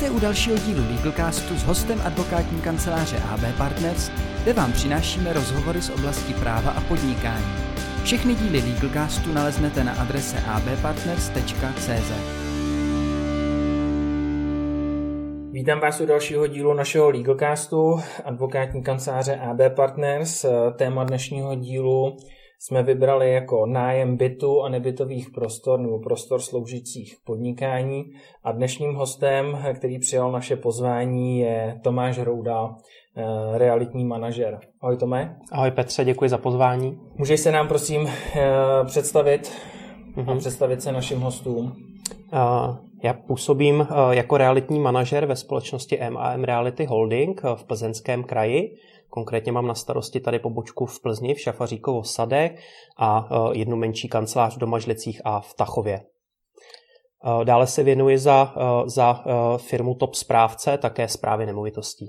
Vítejte u dalšího dílu Legalcastu s hostem advokátní kanceláře AB Partners, kde vám přinášíme rozhovory z oblasti práva a podnikání. Všechny díly Legalcastu naleznete na adrese abpartners.cz. Vítám vás u dalšího dílu našeho Legalcastu, advokátní kanceláře AB Partners. Téma dnešního dílu jsme vybrali jako nájem bytu a nebytových prostor nebo prostor sloužících k podnikání. A dnešním hostem, který přijal naše pozvání, je Tomáš Rouda, realitní manažer. Ahoj Tome. Ahoj Petře, děkuji za pozvání. Můžeš se nám prosím představit a představit se našim hostům? Já působím jako realitní manažer ve společnosti M&M Reality Holding v Plzeňském kraji. Konkrétně mám na starosti tady pobočku v Plzni v Šafaříkovo Sadech a jednu menší kancelář v Domažlicích a v Tachově. Dále se věnuji za firmu Top Správce, také správy nemovitostí.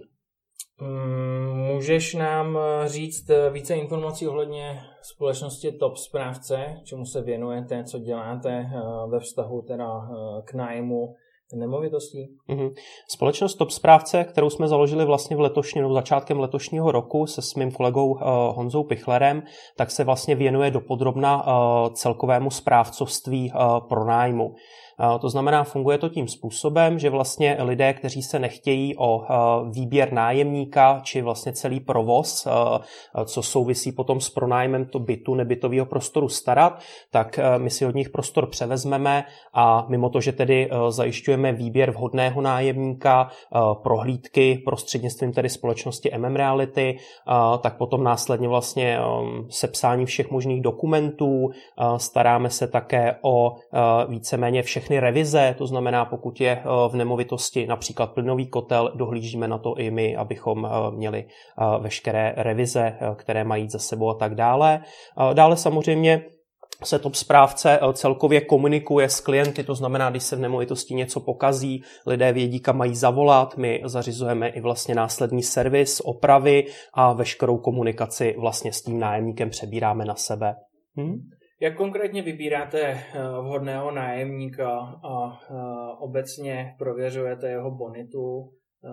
Můžeš nám říct více informací ohledně společnosti Top Správce, čemu se věnujete, co děláte ve vztahu teda k nájmu nemovitostí? Společnost Top Správce, kterou jsme založili vlastně začátkem letošního roku se svým kolegou Honzou Pichlerem, tak se vlastně věnuje dopodrobna celkovému správcovství pronájmu. To znamená, funguje to tím způsobem, že vlastně lidé, kteří se nechtějí o výběr nájemníka či vlastně celý provoz, co souvisí potom s pronájmem to bytu, nebytového prostoru starat, tak my si od nich prostor převezmeme a mimo to, že tedy zajišťujeme výběr vhodného nájemníka, prohlídky prostřednictvím tedy společnosti M&M Reality, tak potom následně vlastně sepsání všech možných dokumentů, staráme se také o víceméně všechny revize, to znamená, pokud je v nemovitosti například plynový kotel, dohlížíme na to i my, abychom měli veškeré revize, které mají za sebou a tak dále. Dále samozřejmě se Top Správce celkově komunikuje s klienty, to znamená, když se v nemovitosti něco pokazí, lidé vědí, kam mají zavolat, my zařizujeme i vlastně následný servis, opravy a veškerou komunikaci vlastně s tím nájemníkem přebíráme na sebe. Jak konkrétně vybíráte vhodného nájemníka a obecně prověřujete jeho bonitu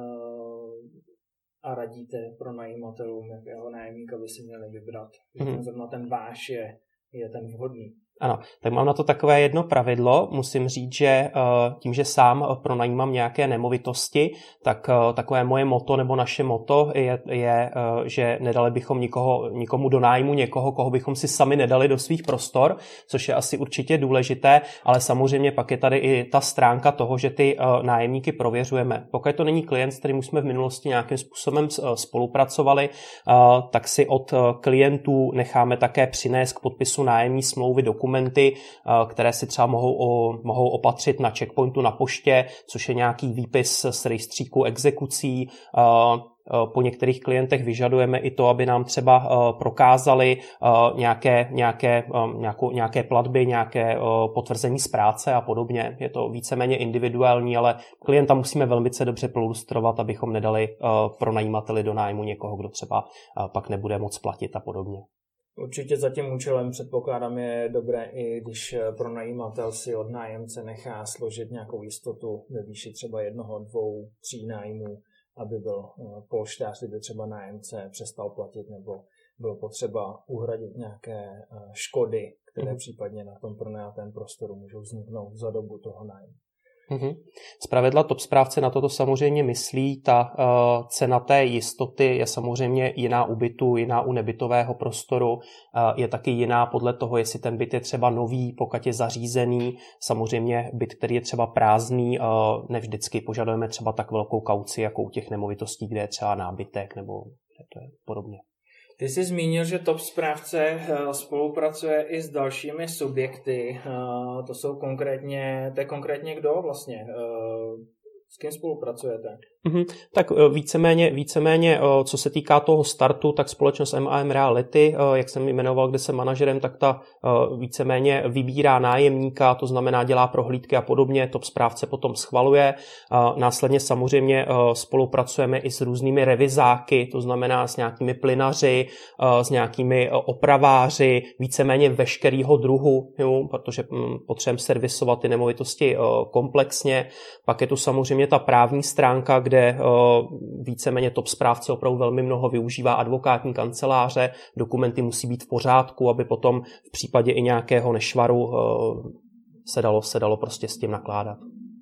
a radíte pronajímatelům, jakého nájemníka by si měli vybrat? Zrovna ten váš je ten vhodný. Ano, tak mám na to takové jedno pravidlo. Musím říct, že tím, že sám pronajímám nějaké nemovitosti, tak takové moje motto nebo naše motto je, že nedali bychom nikomu do nájmu někoho, koho bychom si sami nedali do svých prostor, což je asi určitě důležité, ale samozřejmě pak je tady i ta stránka toho, že ty nájemníky prověřujeme. Pokud to není klient, s kterým jsme v minulosti nějakým způsobem spolupracovali, tak si od klientů necháme také přinést k podpisu nájemní smlouvy dokumenty, které si třeba mohou opatřit na checkpointu na poště, což je nějaký výpis z rejstříku exekucí. Po některých klientech vyžadujeme i to, aby nám třeba prokázali nějaké platby, nějaké potvrzení z práce a podobně. Je to víceméně individuální, ale klienta musíme velmi dobře polustrovat, abychom nedali pronajímateli do nájmu někoho, kdo třeba pak nebude moc platit a podobně. Určitě za tím účelem předpokládám je dobré, i když pronajímatel si od nájemce nechá složit nějakou jistotu ve výši třeba 1, 2, 3 nájmů, aby byl polštář, kdyby třeba nájemce přestal platit nebo bylo potřeba uhradit nějaké škody, které případně na tom pronajatém prostoru můžou vzniknout za dobu toho nájmu. Zpravidla Top Správce na toto samozřejmě myslí. Ta cena té jistoty je samozřejmě jiná u bytu, jiná u nebytového prostoru, je taky jiná podle toho, jestli ten byt je třeba nový, pokud je zařízený. Samozřejmě byt, který je třeba prázdný, nevždycky požadujeme třeba tak velkou kauci, jako u těch nemovitostí, kde je třeba nábytek nebo to je podobně. Ty jsi zmínil, že Top Správce spolupracuje i s dalšími subjekty. To je konkrétně kdo vlastně? S kým spolupracujete? Tak víceméně, co se týká toho startu, tak společnost MAM Reality, jak jsem jmenoval, kde jsem manažerem, tak ta víceméně vybírá nájemníka, to znamená dělá prohlídky a podobně, top správce potom schvaluje. Následně samozřejmě spolupracujeme i s různými revizáky, to znamená s nějakými plynaři, s nějakými opraváři, víceméně veškerýho druhu, protože potřebujeme servisovat ty nemovitosti komplexně. Pak je tu samozřejmě ta právní stránka, kde víceméně top správce opravdu velmi mnoho využívá advokátní kanceláře, dokumenty musí být v pořádku, aby potom v případě i nějakého nešvaru se dalo prostě s tím nakládat.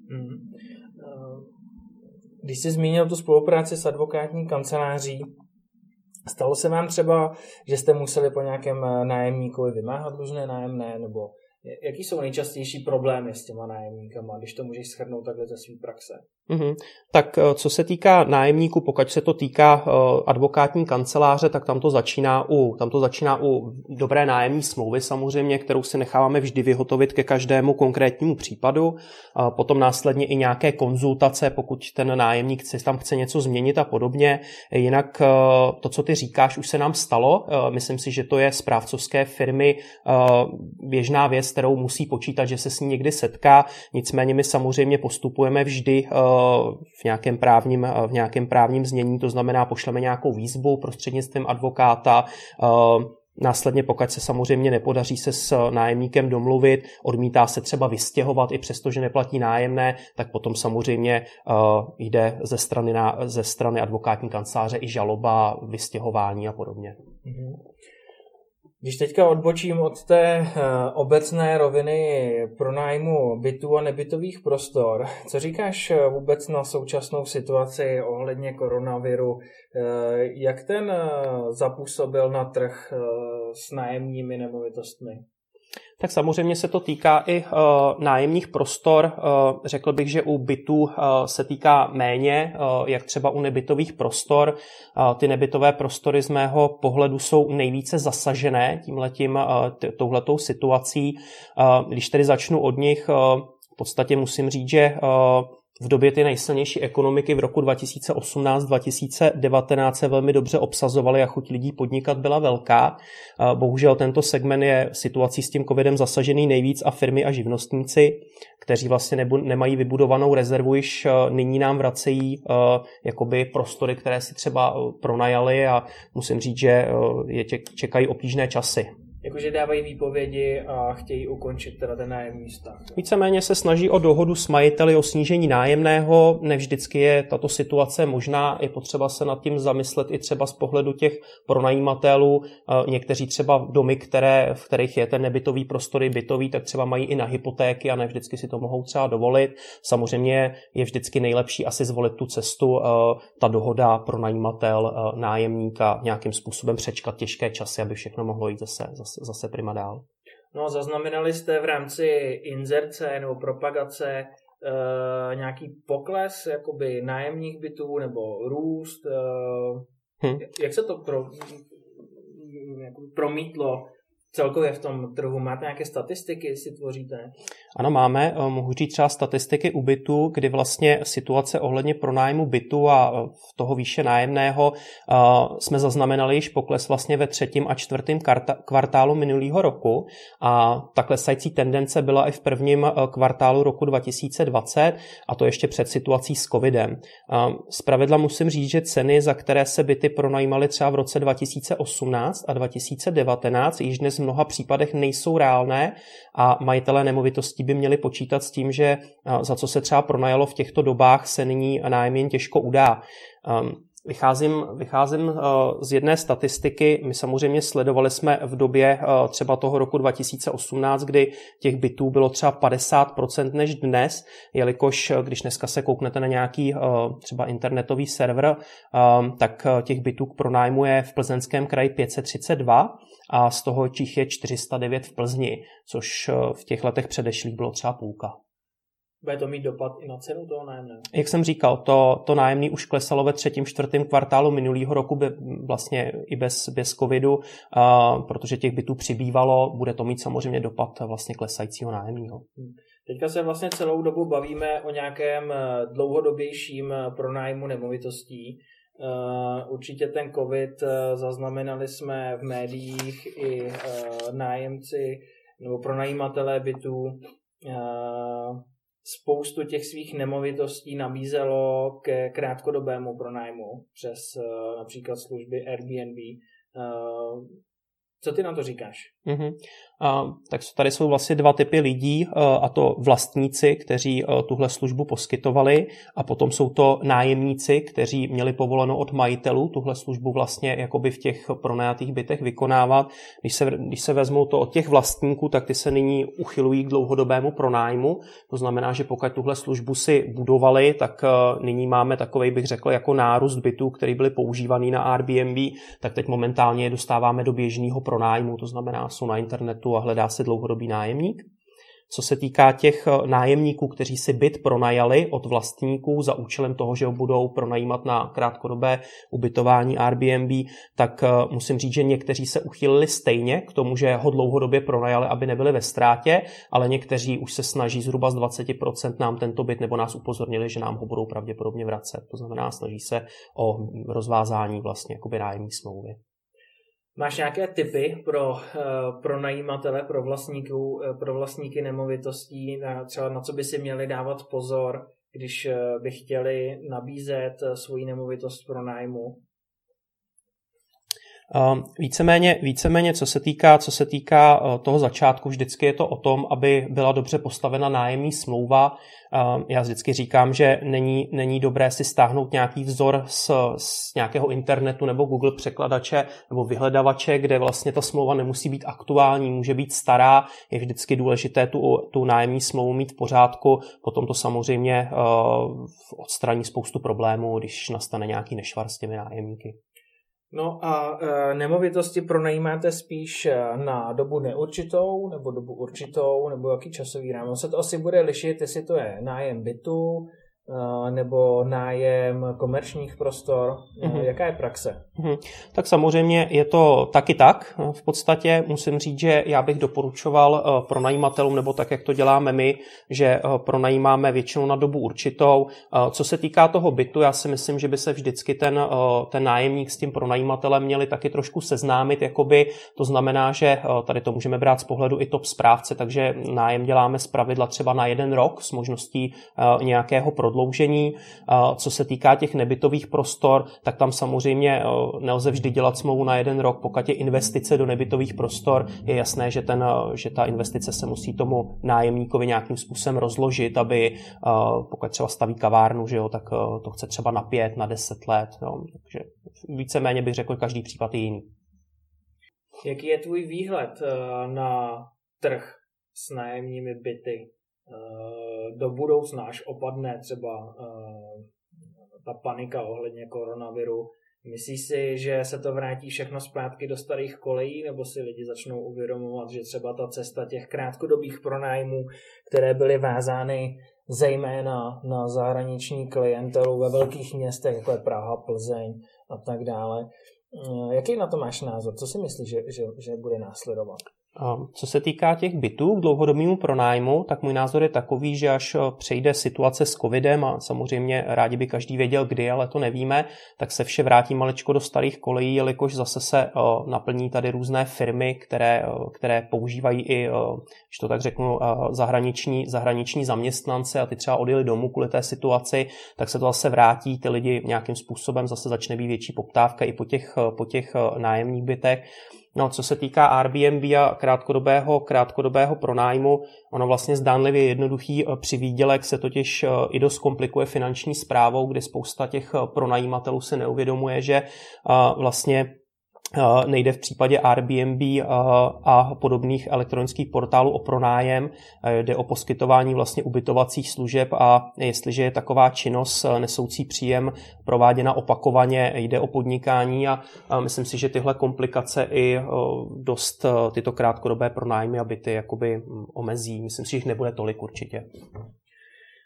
Když jsi zmínil tu spolupráci s advokátní kanceláří, stalo se vám třeba, že jste museli po nějakém nájemníkovi vymáhat dlužné nájemné, nebo jaký jsou nejčastější problémy s těma nájemníkama, když to můžeš shrnout takhle ze své praxe? Tak co se týká nájemníků, pokud se to týká advokátní kanceláře, tak tam to začíná u dobré nájemní smlouvy samozřejmě, kterou si necháváme vždy vyhotovit ke každému konkrétnímu případu. Potom následně i nějaké konzultace, pokud ten nájemník tam chce něco změnit a podobně. Jinak to, co ty říkáš, už se nám stalo. Myslím si, že to je správcovské firmy běžná věc, kterou musí počítat, že se s ní někdy setká. Nicméně my samozřejmě postupujeme vždy v nějakém právním znění, to znamená, pošleme nějakou výzvu prostřednictvím advokáta. Následně, pokud se samozřejmě nepodaří se s nájemníkem domluvit, odmítá se třeba vystěhovat i přesto, že neplatí nájemné, tak potom samozřejmě jde ze strany advokátní kanceláře i žaloba, vystěhování a podobně. Když teďka odbočím od té obecné roviny pronájmu bytů a nebytových prostor, co říkáš vůbec na současnou situaci ohledně koronaviru? Jak ten zapůsobil na trh s nájemními nemovitostmi? Tak samozřejmě se to týká i nájemních prostor. Řekl bych, že u bytů se týká méně, jak třeba u nebytových prostor. Ty nebytové prostory z mého pohledu jsou nejvíce zasažené touhletou situací. Když tedy začnu od nich, v podstatě musím říct, že v době ty nejsilnější ekonomiky v roku 2018-2019 se velmi dobře obsazovaly a chuť lidí podnikat byla velká. Bohužel tento segment je situací s tím covidem zasažený nejvíc a firmy a živnostníci, kteří vlastně nemají vybudovanou rezervu, již nyní nám vracejí jakoby prostory, které si třeba pronajali a musím říct, že je čekají obtížné časy. Jakože dávají výpovědi a chtějí ukončit teda ten nájemní vztah. Víceméně se snaží o dohodu s majiteli o snížení nájemného. Nevždycky je tato situace možná, je potřeba se nad tím zamyslet i třeba z pohledu těch pronajímatelů. Někteří třeba domy, v kterých je ten nebytový prostor bytový, tak třeba mají i na hypotéky a ne vždycky si to mohou třeba dovolit. Samozřejmě je vždycky nejlepší asi zvolit tu cestu, ta dohoda pronajímatel, nájemníka nějakým způsobem přečkat těžké časy, aby všechno mohlo jít zase prima dál. No, zaznamenali jste v rámci inzerce nebo propagace nějaký pokles jakoby nájemních bytů nebo růst? Jak se to promítlo celkově v tom trhu? Máte nějaké statistiky, si tvoříte? Ano, máme. Mohu říct třeba statistiky u bytu, kdy vlastně situace ohledně pronájmu bytu a toho výše nájemného jsme zaznamenali již pokles vlastně ve 3. a 4. kvartálu minulého roku a ta klesající tendence byla i v 1. kvartálu roku 2020 a to ještě před situací s covidem. Zpravidla musím říct, že ceny, za které se byty pronajímaly třeba v roce 2018 a 2019, již dnes v mnoha případech nejsou reálné a majitelé nemovitostí by měli počítat s tím, že za co se třeba pronajalo v těchto dobách, se nyní nájem jen těžko udá. Vycházím z jedné statistiky. My samozřejmě sledovali jsme v době třeba toho roku 2018, kdy těch bytů bylo třeba 50% než dnes, jelikož když dneska se kouknete na nějaký třeba internetový server, tak těch bytů k pronájmu je v Plzeňském kraji 532 a z toho jich je 409 v Plzni, což v těch letech předešlých bylo třeba půlka. Bude to mít dopad i na cenu toho nájemného? Jak jsem říkal, to nájemný už klesalo ve 3. 4. kvartálu minulého roku, vlastně i bez covidu, protože těch bytů přibývalo, bude to mít samozřejmě dopad vlastně klesajícího nájemního. Teďka se vlastně celou dobu bavíme o nějakém dlouhodobějším pronájmu nemovitostí. Určitě ten covid zaznamenali jsme v médiích i nájemci nebo pronajímatelé bytů. Spoustu těch svých nemovitostí nabízelo ke krátkodobému pronájmu přes například služby Airbnb. Co ty na to říkáš? Tak tady jsou vlastně dva typy lidí, a to vlastníci, kteří tuhle službu poskytovali, a potom jsou to nájemníci, kteří měli povoleno od majitelů tuhle službu vlastně jakoby v těch pronajatých bytech vykonávat. Když se vezmou to od těch vlastníků, tak ty se nyní uchylují k dlouhodobému pronájmu. To znamená, že pokud tuhle službu si budovali, tak nyní máme takovej, bych řekl, jako nárůst bytů, který byly používaný na Airbnb, tak teď momentálně je dostáváme do běžného pronájmu, to znamená, jsou na internetu a hledá se dlouhodobý nájemník. Co se týká těch nájemníků, kteří si byt pronajali od vlastníků za účelem toho, že ho budou pronajímat na krátkodobé ubytování Airbnb, tak musím říct, že někteří se uchýlili stejně k tomu, že ho dlouhodobě pronajali, aby nebyli ve ztrátě, ale někteří už se snaží zhruba z 20% nám tento byt, nebo nás upozornili, že nám ho budou pravděpodobně vracet. To znamená, snaží se o rozvázání vlastně jakoby nájemní smlouvy. Máš nějaké tipy pro pronajímatele, pro vlastníky nemovitostí, třeba na co by si měli dávat pozor, když by chtěli nabízet svoji nemovitost pro nájmu? Víceméně, co se týká toho začátku, vždycky je to o tom, aby byla dobře postavena nájemní smlouva. Já vždycky říkám, že není dobré si stáhnout nějaký vzor z nějakého internetu nebo Google překladače nebo vyhledavače, kde vlastně ta smlouva nemusí být aktuální, může být stará. Je vždycky důležité tu nájemní smlouvu mít v pořádku, potom to samozřejmě odstraní spoustu problémů, když nastane nějaký nešvar s těmi nájemníky. No a nemovitosti pronajímáte spíš na dobu neurčitou nebo dobu určitou, nebo jaký časový rámec? Se to asi bude lišit, jestli to je nájem bytu nebo nájem komerčních prostor. Jaká je praxe? Tak samozřejmě je to taky tak. V podstatě musím říct, že já bych doporučoval pronajímatelům, nebo tak, jak to děláme my, že pronajímáme většinou na dobu určitou. Co se týká toho bytu, já si myslím, že by se vždycky ten nájemník s tím pronajímatelem měli taky trošku seznámit, jakoby. To znamená, že tady to můžeme brát z pohledu i top správce, takže nájem děláme zpravidla třeba na 1 rok s možností nějakého prodloužení. Co se týká těch nebytových prostor, tak tam samozřejmě nelze vždy dělat smlouvu na 1 rok. Pokud je investice do nebytových prostor, je jasné, že ta investice se musí tomu nájemníkovi nějakým způsobem rozložit, aby pokud třeba staví kavárnu, že jo, tak to chce třeba na 5, na 10 let. Jo. Takže víceméně bych řekl, každý případ je jiný. Jaký je tvůj výhled na trh s nájemními byty do budoucna, až opadne třeba ta panika ohledně koronaviru? Myslíš si, že se to vrátí všechno zpátky do starých kolejí, nebo si lidi začnou uvědomovat, že třeba ta cesta těch krátkodobých pronájmů, které byly vázány zejména na zahraniční klientelu ve velkých městech, jako je Praha, Plzeň a tak dále. Jaký na to máš názor? Co si myslíš, že bude následovat? Co se týká těch bytů k dlouhodobému pronájmu, tak můj názor je takový, že až přejde situace s covidem, a samozřejmě rádi by každý věděl kdy, ale to nevíme, tak se vše vrátí maličko do starých kolejí, jelikož zase se naplní tady různé firmy, které používají i, že to tak řeknu, zahraniční zaměstnance, a ty třeba odjeli domů kvůli té situaci, tak se to zase vrátí, ty lidi nějakým způsobem zase začne být větší poptávka i po těch nájemních bytech. No, co se týká Airbnb a krátkodobého pronájmu, ono vlastně zdánlivě jednoduchý přivýdělek se totiž i dost komplikuje finanční správou, kdy spousta těch pronajímatelů se neuvědomuje, že vlastně nejde v případě Airbnb a podobných elektronických portálů o pronájem, jde o poskytování vlastně ubytovacích služeb, a jestliže je taková činnost nesoucí příjem prováděna opakovaně, jde o podnikání, a myslím si, že tyhle komplikace i dost tyto krátkodobé pronájmy a byty jakoby omezí. Myslím si, že jich nebude tolik určitě.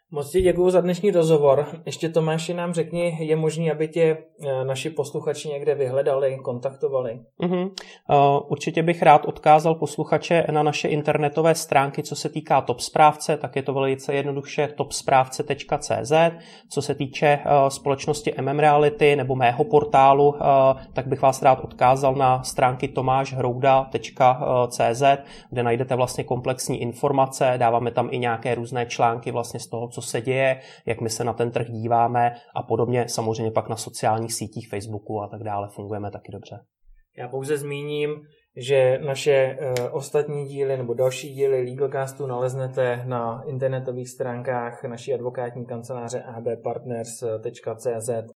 Moc ti děkuju za dnešní rozhovor. Ještě Tomáši nám řekni, je možné, aby tě naši posluchači někde vyhledali, kontaktovali? Určitě bych rád odkázal posluchače na naše internetové stránky, co se týká Top Správce, tak je to velice jednoduše topsprávce.cz. Co se týče společnosti MM Reality nebo mého portálu, tak bych vás rád odkázal na stránky tomášhrouda.cz, kde najdete vlastně komplexní informace, dáváme tam i nějaké různé články vlastně z toho, co se děje, jak my se na ten trh díváme a podobně, samozřejmě pak na sociálních sítích, Facebooku a tak dále fungujeme taky dobře. Já pouze zmíním, že naše ostatní díly nebo další díly Legalcastu naleznete na internetových stránkách naší advokátní kanceláře abpartners.cz